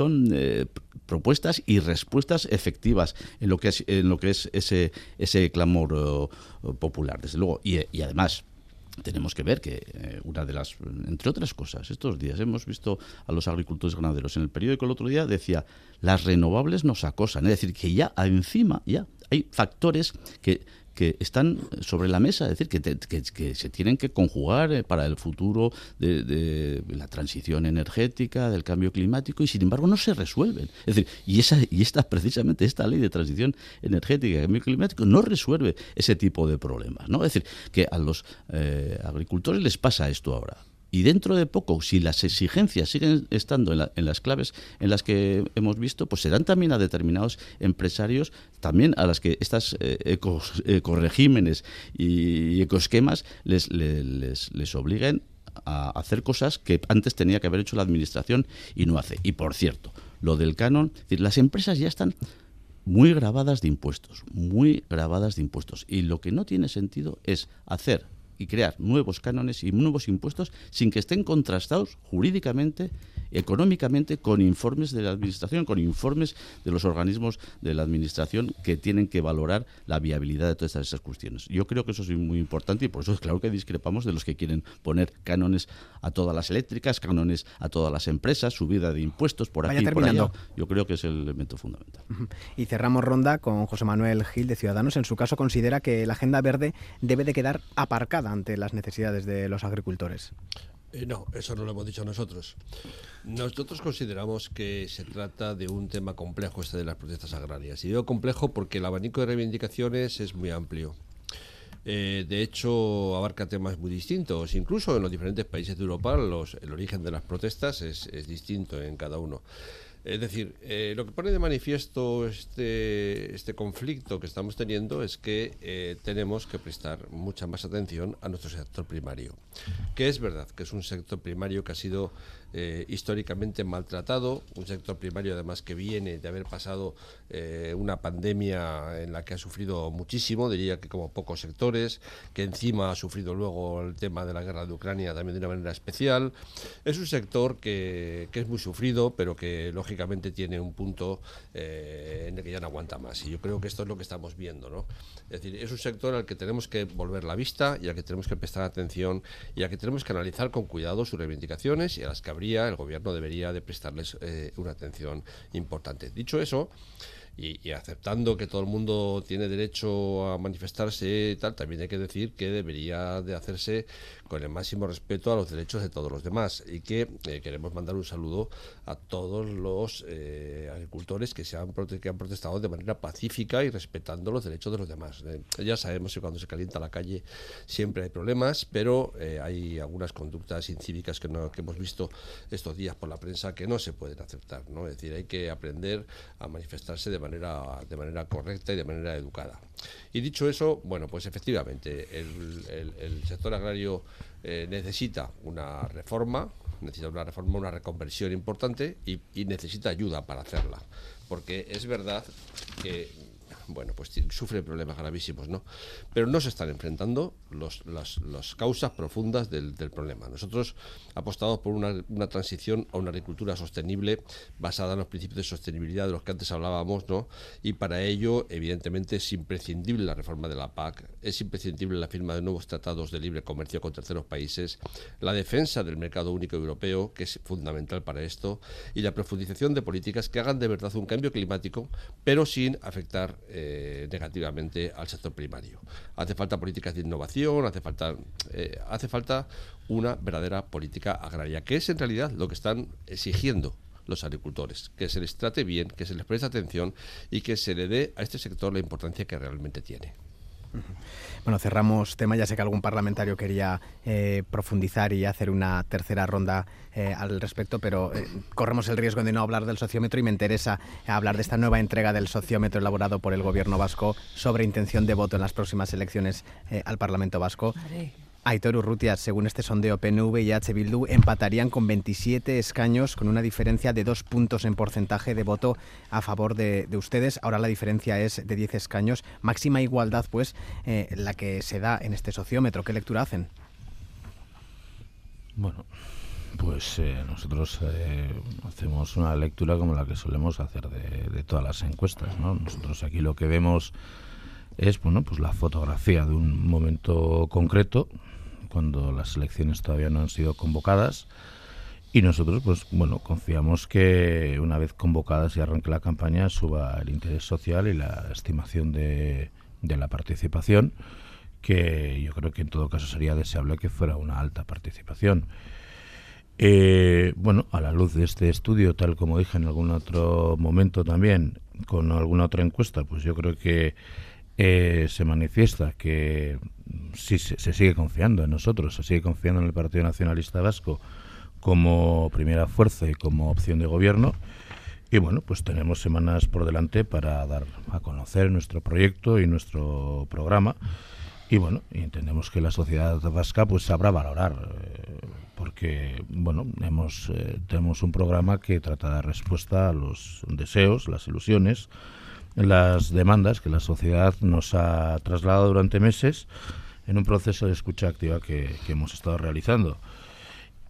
propuestas y respuestas efectivas en lo que es ese clamor popular, desde luego. Y además tenemos que ver que entre otras cosas, estos días hemos visto a los agricultores ganaderos en el periódico el otro día, decía, las renovables nos acosan, es decir, que ya encima hay factores que están sobre la mesa, es decir, que se tienen que conjugar para el futuro de la transición energética, del cambio climático, y sin embargo no se resuelven. Es decir, precisamente esta ley de transición energética y cambio climático no resuelve ese tipo de problemas, ¿no? Es decir, que a los agricultores les pasa esto ahora. Y dentro de poco, si las exigencias siguen estando en las claves en las que hemos visto, pues serán también a determinados empresarios, también a las que estas ecoregímenes y ecoesquemas les obliguen a hacer cosas que antes tenía que haber hecho la administración y no hace. Y por cierto, lo del canon, es decir, las empresas ya están muy gravadas de impuestos, y lo que no tiene sentido es hacer y crear nuevos cánones y nuevos impuestos sin que estén contrastados jurídicamente económicamente con informes de la Administración, con informes de los organismos de la Administración que tienen que valorar la viabilidad de todas esas cuestiones. Yo creo que eso es muy importante y por eso es claro que discrepamos de los que quieren poner cánones a todas las eléctricas, cánones a todas las empresas, subida de impuestos por aquí y por allá. Yo creo que es el elemento fundamental. Y cerramos ronda con José Manuel Gil de Ciudadanos. En su caso considera que la agenda verde debe de quedar aparcada ante las necesidades de los agricultores. No, eso no lo hemos dicho nosotros. Nosotros consideramos que se trata de un tema complejo de las protestas agrarias. Y digo complejo porque el abanico de reivindicaciones es muy amplio. De hecho, abarca temas muy distintos. Incluso en los diferentes países de Europa el origen de las protestas es distinto en cada uno. Es decir, lo que pone de manifiesto este conflicto que estamos teniendo es que tenemos que prestar mucha más atención a nuestro sector primario, que es verdad que es un sector primario que ha sido históricamente maltratado, un sector primario además que viene de haber pasado una pandemia en la que ha sufrido muchísimo, diría que como pocos sectores, que encima ha sufrido luego el tema de la guerra de Ucrania también de una manera especial. Es un sector que es muy sufrido, pero que lógicamente tiene un punto en el que ya no aguanta más, y yo creo que esto es lo que estamos viendo, ¿no? Es decir, es un sector al que tenemos que volver la vista y al que tenemos que prestar atención y al que tenemos que analizar con cuidado sus reivindicaciones y a las que el gobierno debería de prestarles una atención importante. Dicho eso, y aceptando que todo el mundo tiene derecho a manifestarse y tal, también hay que decir que debería de hacerse con el máximo respeto a los derechos de todos los demás, y que queremos mandar un saludo a todos los agricultores que han protestado de manera pacífica y respetando los derechos de los demás. Ya sabemos que cuando se calienta la calle siempre hay problemas, pero hay algunas conductas incívicas que hemos visto estos días por la prensa que no se pueden aceptar, ¿no? Es decir, hay que aprender a manifestarse de manera correcta y de manera educada. Y dicho eso, bueno, pues efectivamente el sector agrario necesita una reforma, una reconversión importante y necesita ayuda para hacerla, porque es verdad que bueno, pues sufre problemas gravísimos, ¿no? Pero no se están enfrentando las causas profundas del problema. Nosotros apostamos por una transición a una agricultura sostenible basada en los principios de sostenibilidad de los que antes hablábamos, ¿no? Y para ello, evidentemente, es imprescindible la reforma de la PAC, es imprescindible la firma de nuevos tratados de libre comercio con terceros países, la defensa del mercado único europeo, que es fundamental para esto, y la profundización de políticas que hagan de verdad un cambio climático, pero sin afectar negativamente al sector primario. Hace falta políticas de innovación, hace falta una verdadera política agraria, que es en realidad lo que están exigiendo los agricultores, que se les trate bien, que se les preste atención y que se le dé a este sector la importancia que realmente tiene. Bueno, cerramos tema. Ya sé que algún parlamentario quería profundizar y hacer una tercera ronda al respecto, pero corremos el riesgo de no hablar del sociómetro y me interesa hablar de esta nueva entrega del sociómetro elaborado por el Gobierno vasco sobre intención de voto en las próximas elecciones al Parlamento vasco. Aitor Urrutia, según este sondeo, PNV y H. Bildu empatarían con 27 escaños, con una diferencia de 2 puntos en porcentaje de voto a favor de ustedes. Ahora la diferencia es de 10 escaños. Máxima igualdad, pues, la que se da en este sociómetro. ¿Qué lectura hacen? Bueno, pues nosotros hacemos una lectura como la que solemos hacer de todas las encuestas, ¿no? Nosotros aquí lo que vemos es, bueno, pues la fotografía de un momento concreto, cuando las elecciones todavía no han sido convocadas, y nosotros, pues bueno, confiamos que una vez convocadas y arranque la campaña suba el interés social y la estimación de la participación, que yo creo que en todo caso sería deseable que fuera una alta participación. Bueno, a la luz de este estudio, tal como dije en algún otro momento también, con alguna otra encuesta, pues yo creo que se manifiesta que sí se sigue confiando en nosotros, se sigue confiando en el Partido Nacionalista Vasco como primera fuerza y como opción de gobierno. Y bueno, pues tenemos semanas por delante para dar a conocer nuestro proyecto y nuestro programa. Y bueno, entendemos que la sociedad vasca pues sabrá valorar, porque bueno, tenemos un programa que trata de dar respuesta a los deseos, las ilusiones, las demandas que la sociedad nos ha trasladado durante meses en un proceso de escucha activa que hemos estado realizando.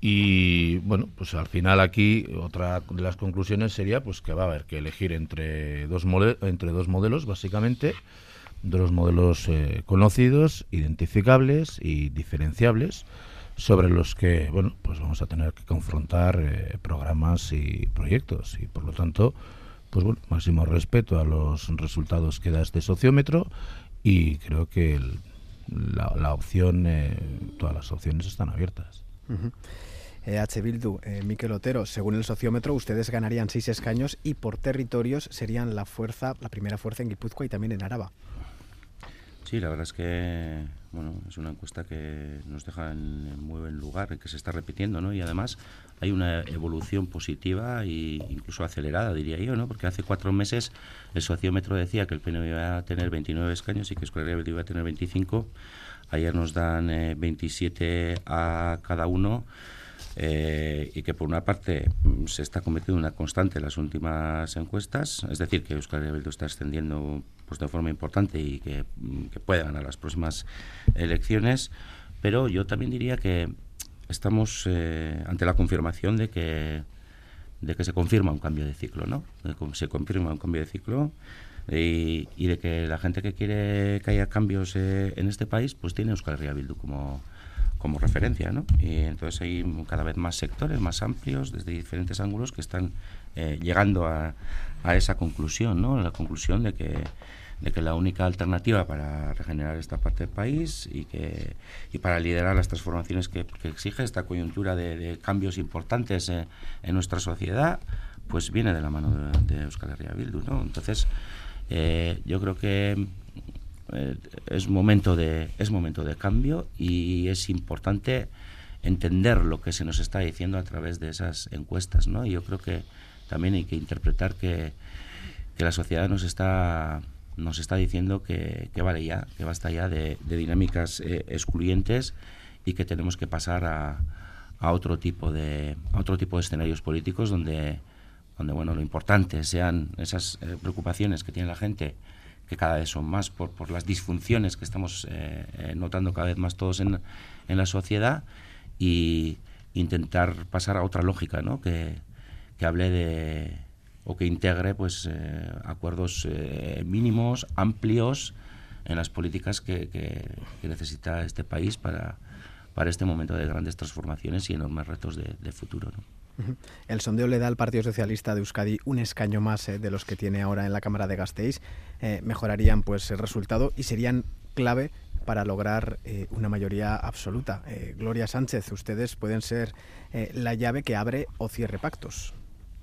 Y bueno, pues al final aquí otra de las conclusiones sería pues que va a haber que elegir entre dos modelos, básicamente, dos modelos conocidos, identificables y diferenciables, sobre los que bueno, pues vamos a tener que confrontar programas y proyectos, y por lo tanto, pues bueno, máximo respeto a los resultados que da este sociómetro, y creo que la opción, todas las opciones están abiertas. Uh-huh. H. Bildu, Mikel Otero, según el sociómetro, ustedes ganarían 6 escaños y por territorios serían la primera fuerza en Guipúzcoa y también en Araba. Sí, la verdad es que bueno, es una encuesta que nos deja en muy buen lugar, que se está repitiendo, ¿no? Y además hay una evolución positiva e incluso acelerada, diría yo, ¿no? Porque hace 4 meses el sociómetro decía que el PNV iba a tener 29 escaños y que Euskal Herria Bildu iba a tener 25. Ayer nos dan 27 a cada uno. Y que por una parte se está convirtiendo en una constante en las últimas encuestas, es decir, que Euskal Herria Bildu está ascendiendo pues de forma importante y que puede ganar las próximas elecciones, pero yo también diría que estamos ante la confirmación de que se confirma un cambio de ciclo, ¿no? Se confirma un cambio de ciclo y de que la gente que quiere que haya cambios en este país pues tiene Euskal Herria Bildu como referencia, ¿no? Y entonces hay cada vez más sectores, más amplios, desde diferentes ángulos, que están llegando a esa conclusión, ¿no? La conclusión de que la única alternativa para regenerar esta parte del país y para liderar las transformaciones que exige esta coyuntura de cambios importantes en nuestra sociedad, pues viene de la mano de Euskal Herria Bildu, ¿no? Entonces, yo creo que es momento de cambio, y es importante entender lo que se nos está diciendo a través de esas encuestas, ¿no? Y yo creo que también hay que interpretar que la sociedad nos está diciendo que vale ya, que basta ya de dinámicas excluyentes, y que tenemos que pasar a otro tipo de escenarios políticos donde bueno, lo importante sean esas preocupaciones que tiene la gente, que cada vez son más por las disfunciones que estamos notando cada vez más todos en la sociedad, y intentar pasar a otra lógica, ¿no? Que hable de, o que integre pues acuerdos mínimos, amplios, en las políticas que necesita este país para este momento de grandes transformaciones y enormes retos de futuro, ¿no? El sondeo le da al Partido Socialista de Euskadi un escaño más de los que tiene ahora en la Cámara de Gasteiz. Mejorarían pues el resultado y serían clave para lograr una mayoría absoluta. Gloria Sánchez, ustedes pueden ser la llave que abre o cierre pactos.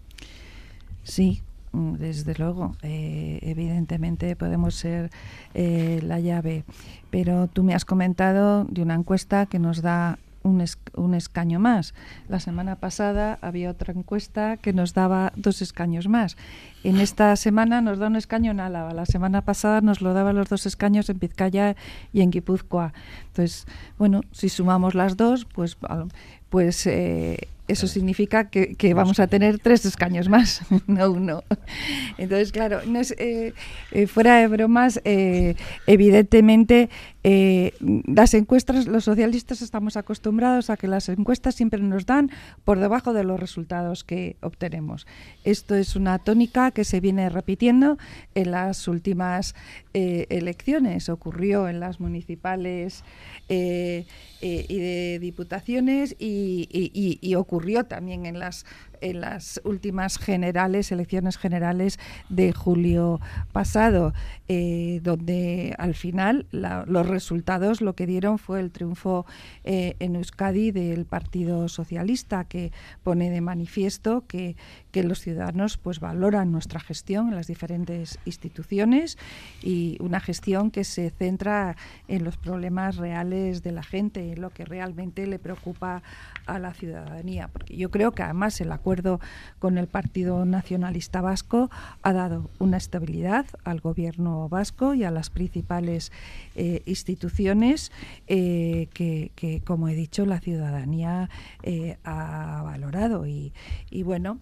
Sí, desde luego, evidentemente podemos ser la llave, pero tú me has comentado de una encuesta que nos da un escaño más. La semana pasada había otra encuesta que nos daba 2 escaños más. En esta semana nos da un escaño en Álava. La semana pasada nos lo daba los 2 escaños en Vizcaya y en Guipúzcoa. Entonces, bueno, si sumamos las dos, pues eso significa que vamos a tener 3 escaños más, no 1. Entonces, claro, no es, fuera de bromas, evidentemente las encuestas, los socialistas estamos acostumbrados a que las encuestas siempre nos dan por debajo de los resultados que obtenemos. Esto es una tónica que se viene repitiendo en las últimas elecciones. Ocurrió en las municipales y de diputaciones y ocurrió también en las últimas elecciones generales de julio pasado, donde al final los resultados lo que dieron fue el triunfo en Euskadi del Partido Socialista, que pone de manifiesto que los ciudadanos pues valoran nuestra gestión en las diferentes instituciones, y una gestión que se centra en los problemas reales de la gente, en lo que realmente le preocupa a la ciudadanía. Porque yo creo que además el acuerdo acuerdo con el Partido Nacionalista Vasco ha dado una estabilidad al gobierno vasco y a las principales instituciones que, como he dicho, la ciudadanía ha valorado. Y bueno,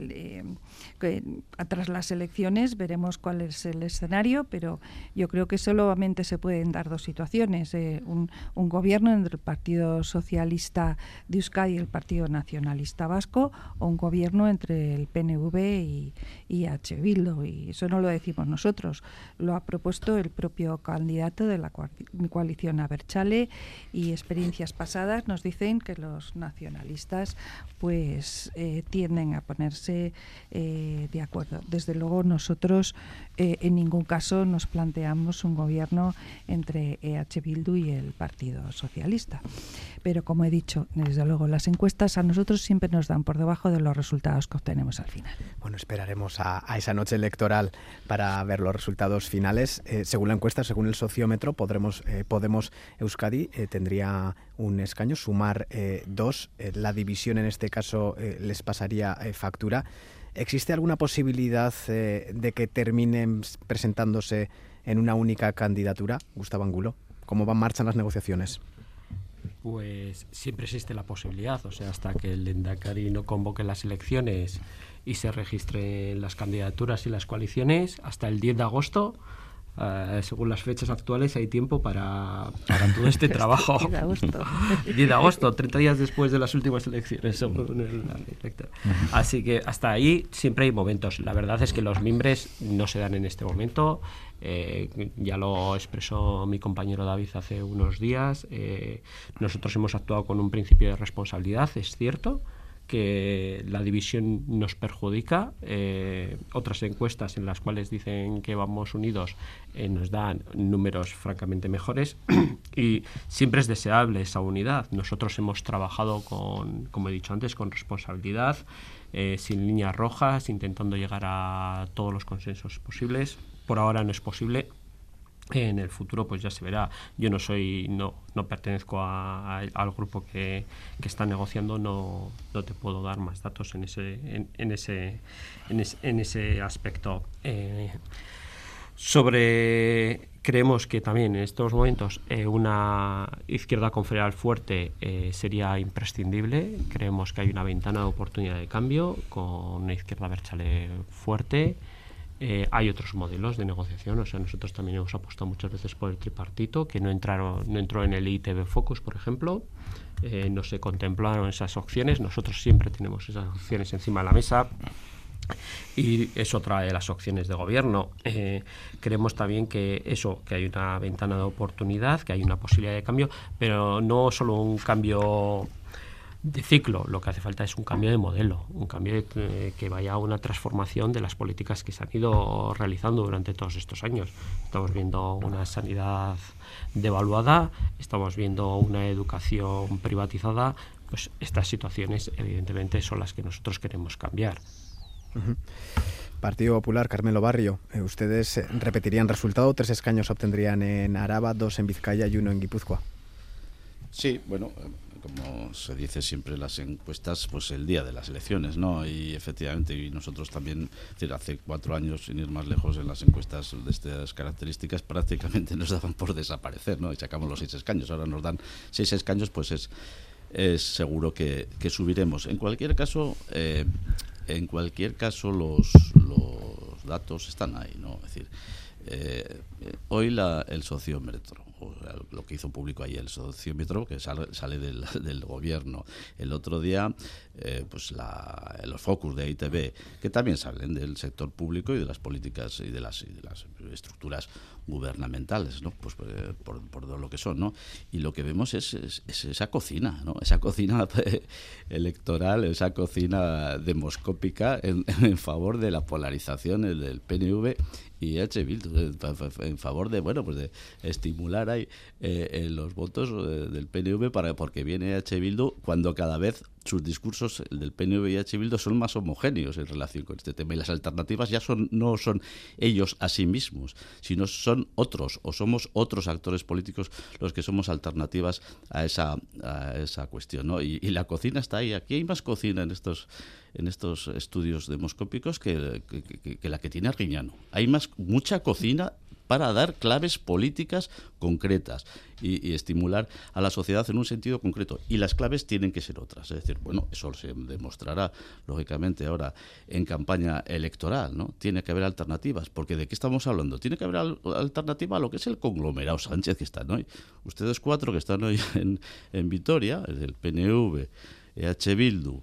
tras las elecciones veremos cuál es el escenario, pero yo creo que solamente se pueden dar dos situaciones: un gobierno entre el Partido Socialista de Euskadi y el Partido Nacionalista Vasco, o un gobierno entre el PNV y H. Bildu. Y eso no lo decimos nosotros, lo ha propuesto el propio candidato de la coalición Abertzale, y experiencias pasadas nos dicen que los nacionalistas pues tienden a ponerse de acuerdo. Desde luego nosotros en ningún caso nos planteamos un gobierno entre EH Bildu y el Partido Socialista. Pero como he dicho, desde luego las encuestas a nosotros siempre nos dan por debajo de los resultados que obtenemos al final. Bueno, esperaremos a esa noche electoral para ver los resultados finales. Según la encuesta, según el sociómetro, Podemos Euskadi tendría un escaño, Sumar 2. La división en este caso les pasaría factura. ¿Existe alguna posibilidad de que terminen presentándose en una única candidatura, Gustavo Angulo? ¿Cómo marchan las negociaciones? Pues siempre existe la posibilidad, o sea, hasta que el Lehendakari no convoque las elecciones y se registren las candidaturas y las coaliciones, hasta el 10 de agosto, según las fechas actuales, hay tiempo para todo este trabajo. 10 de agosto. 10 de agosto, 30 días después de las últimas elecciones, según el elector. Así que hasta ahí siempre hay momentos. La verdad es que los mimbres no se dan en este momento. Ya lo expresó mi compañero David hace unos días. Nosotros hemos actuado con un principio de responsabilidad, es cierto que la división nos perjudica. Otras encuestas en las cuales dicen que vamos unidos nos dan números francamente mejores y siempre es deseable esa unidad. Nosotros hemos trabajado como he dicho antes, con responsabilidad, sin líneas rojas, intentando llegar a todos los consensos posibles. Por ahora no es posible. En el futuro pues ya se verá. Yo no pertenezco al grupo que está negociando, no te puedo dar más datos en ese aspecto. Creemos que también en estos momentos una izquierda confederal fuerte sería imprescindible. Creemos que hay una ventana de oportunidad de cambio con una izquierda abertzale fuerte. Hay otros modelos de negociación, o sea, nosotros también hemos apostado muchas veces por el tripartito, que no entró en el ITV Focus, por ejemplo. No se contemplaron esas opciones. Nosotros siempre tenemos esas opciones encima de la mesa y es otra de las opciones de gobierno. Creemos también que hay una ventana de oportunidad, que hay una posibilidad de cambio, pero no solo un cambio de ciclo. Lo que hace falta es un cambio de modelo, un cambio que vaya a una transformación de las políticas que se han ido realizando durante todos estos años. Estamos viendo una sanidad devaluada, estamos viendo una educación privatizada. Pues estas situaciones evidentemente son las que nosotros queremos cambiar. Uh-huh. Partido Popular, Carmelo Barrio, ustedes repetirían resultado, 3 escaños obtendrían en Araba, 2 en Vizcaya y 1 en Guipúzcoa. Sí, bueno, como se dice siempre en las encuestas, pues el día de las elecciones, ¿no? Y efectivamente, y nosotros también, es decir, hace 4 años, sin ir más lejos, en las encuestas de estas características prácticamente nos daban por desaparecer, ¿no? Y sacamos los 6 escaños, ahora nos dan 6 escaños, pues es seguro que subiremos. En cualquier caso, los datos están ahí, ¿no? Es decir, hoy el sociómetro, lo que hizo público ayer el sociómetro, que sale del gobierno, el otro día pues los focus de ITV, que también salen del sector público y de las políticas y de las estructuras gubernamentales, ¿no? Pues por todo lo que son, ¿no? Y lo que vemos es esa cocina, ¿no? Esa cocina electoral, esa cocina demoscópica en favor de la polarización del PNV y H. Bildu, en favor de, bueno, pues de estimular ahí en los votos del PNV porque viene EH Bildu, cuando cada vez sus discursos, el del PNV y EH Bildu, son más homogéneos en relación con este tema, y las alternativas ya no son ellos a sí mismos, sino son otros, o somos otros actores políticos los que somos alternativas a esa cuestión, ¿no? Y la cocina está ahí. Aquí hay más cocina en estos estudios demoscópicos que la que tiene Arguiñano. Hay mucha cocina para dar claves políticas concretas y estimular a la sociedad en un sentido concreto. Y las claves tienen que ser otras. Es decir, bueno, eso se demostrará, lógicamente, ahora en campaña electoral, ¿no? Tiene que haber alternativas, porque ¿de qué estamos hablando? Tiene que haber alternativa a lo que es el conglomerado Sánchez que están hoy. Ustedes 4 que están hoy en Vitoria, el PNV, EH Bildu,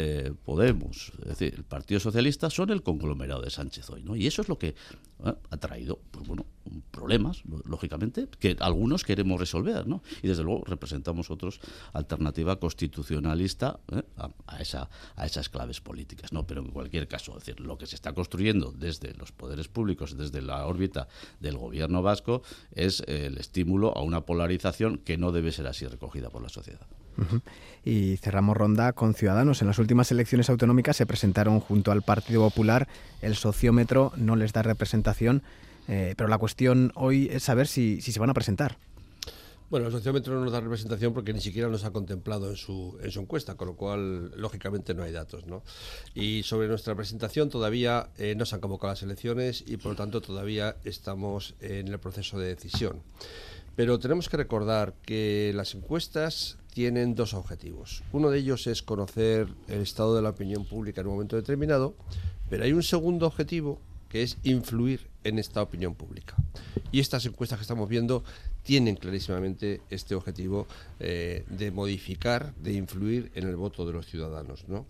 Podemos, es decir, el Partido Socialista, son el conglomerado de Sánchez hoy, ¿no? Y eso es lo que ha traído, pues bueno, problemas, lógicamente, que algunos queremos resolver, ¿no? Y desde luego representamos otros alternativa constitucionalista a esas claves políticas, ¿no? Pero en cualquier caso, es decir, lo que se está construyendo desde los poderes públicos, desde la órbita del gobierno vasco, es el estímulo a una polarización que no debe ser así recogida por la sociedad. Uh-huh. Y cerramos ronda con Ciudadanos. En las últimas elecciones autonómicas se presentaron junto al Partido Popular. El sociómetro no les da representación, pero la cuestión hoy es saber si se van a presentar. Bueno, el sociómetro no nos da representación porque ni siquiera nos ha contemplado en su encuesta, con lo cual, lógicamente, no hay datos, ¿no? Y sobre nuestra presentación todavía no se han convocado las elecciones y, por lo tanto, todavía estamos en el proceso de decisión. Pero tenemos que recordar que las encuestas tienen 2 objetivos. Uno de ellos es conocer el estado de la opinión pública en un momento determinado, pero hay un segundo objetivo que es influir en esta opinión pública. Y estas encuestas que estamos viendo tienen clarísimamente este objetivo de modificar, de influir en el voto de los ciudadanos, ¿no?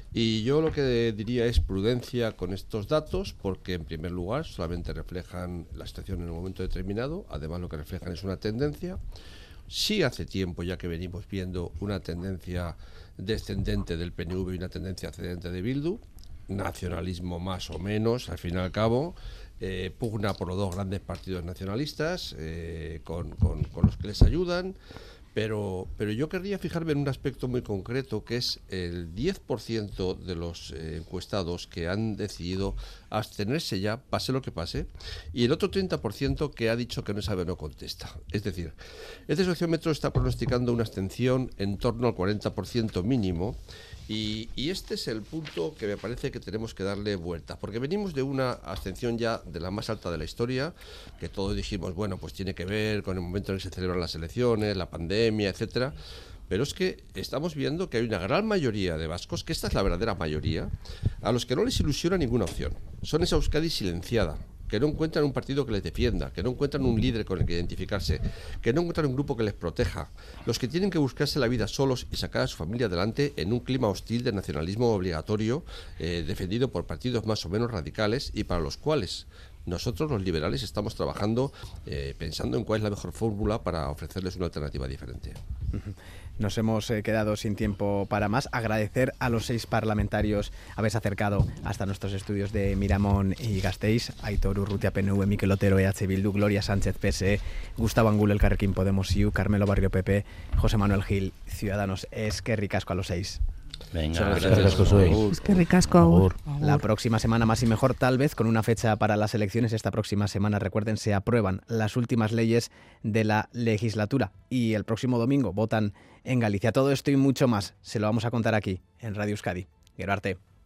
Y yo lo que diría es prudencia con estos datos, porque en primer lugar solamente reflejan la situación en un momento determinado, además lo que reflejan es una tendencia. Sí, hace tiempo ya que venimos viendo una tendencia descendente del PNV y una tendencia ascendente de Bildu, nacionalismo más o menos, al fin y al cabo, pugna por los 2 grandes partidos nacionalistas, con los que les ayudan. Pero yo querría fijarme en un aspecto muy concreto, que es el 10% de los encuestados que han decidido abstenerse ya, pase lo que pase, y el otro 30% que ha dicho que no sabe o no contesta. Es decir, este sociómetro está pronosticando una abstención en torno al 40% mínimo, y este es el punto que me parece que tenemos que darle vuelta, porque venimos de una abstención ya de la más alta de la historia, que todos dijimos, bueno, pues tiene que ver con el momento en que se celebran las elecciones, la pandemia, etcétera. Pero es que estamos viendo que hay una gran mayoría de vascos, que esta es la verdadera mayoría, a los que no les ilusiona ninguna opción. Son esa Euskadi silenciada, que no encuentran un partido que les defienda, que no encuentran un líder con el que identificarse, que no encuentran un grupo que les proteja, los que tienen que buscarse la vida solos y sacar a su familia adelante en un clima hostil de nacionalismo obligatorio, defendido por partidos más o menos radicales y para los cuales nosotros los liberales estamos trabajando pensando en cuál es la mejor fórmula para ofrecerles una alternativa diferente. Nos hemos quedado sin tiempo para más. Agradecer a los 6 parlamentarios haberse acercado hasta nuestros estudios de Miramón y Gasteiz. Aitor Urrutia, PNV, Mikel Otero, EH Bildu, Gloria Sánchez, PSE, Gustavo Angulo, Elkarrekin Podemos, IU, Carmelo Barrio, PP, José Manuel Gil, Ciudadanos. Eskerrik asko a los 6. Venga, Eskerrik asko, agur. La próxima semana más y mejor, tal vez con una fecha para las elecciones. Esta próxima semana, recuerden, se aprueban las últimas leyes de la legislatura y el próximo domingo votan en Galicia. Todo esto y mucho más se lo vamos a contar aquí en Radio Euskadi. Gero arte.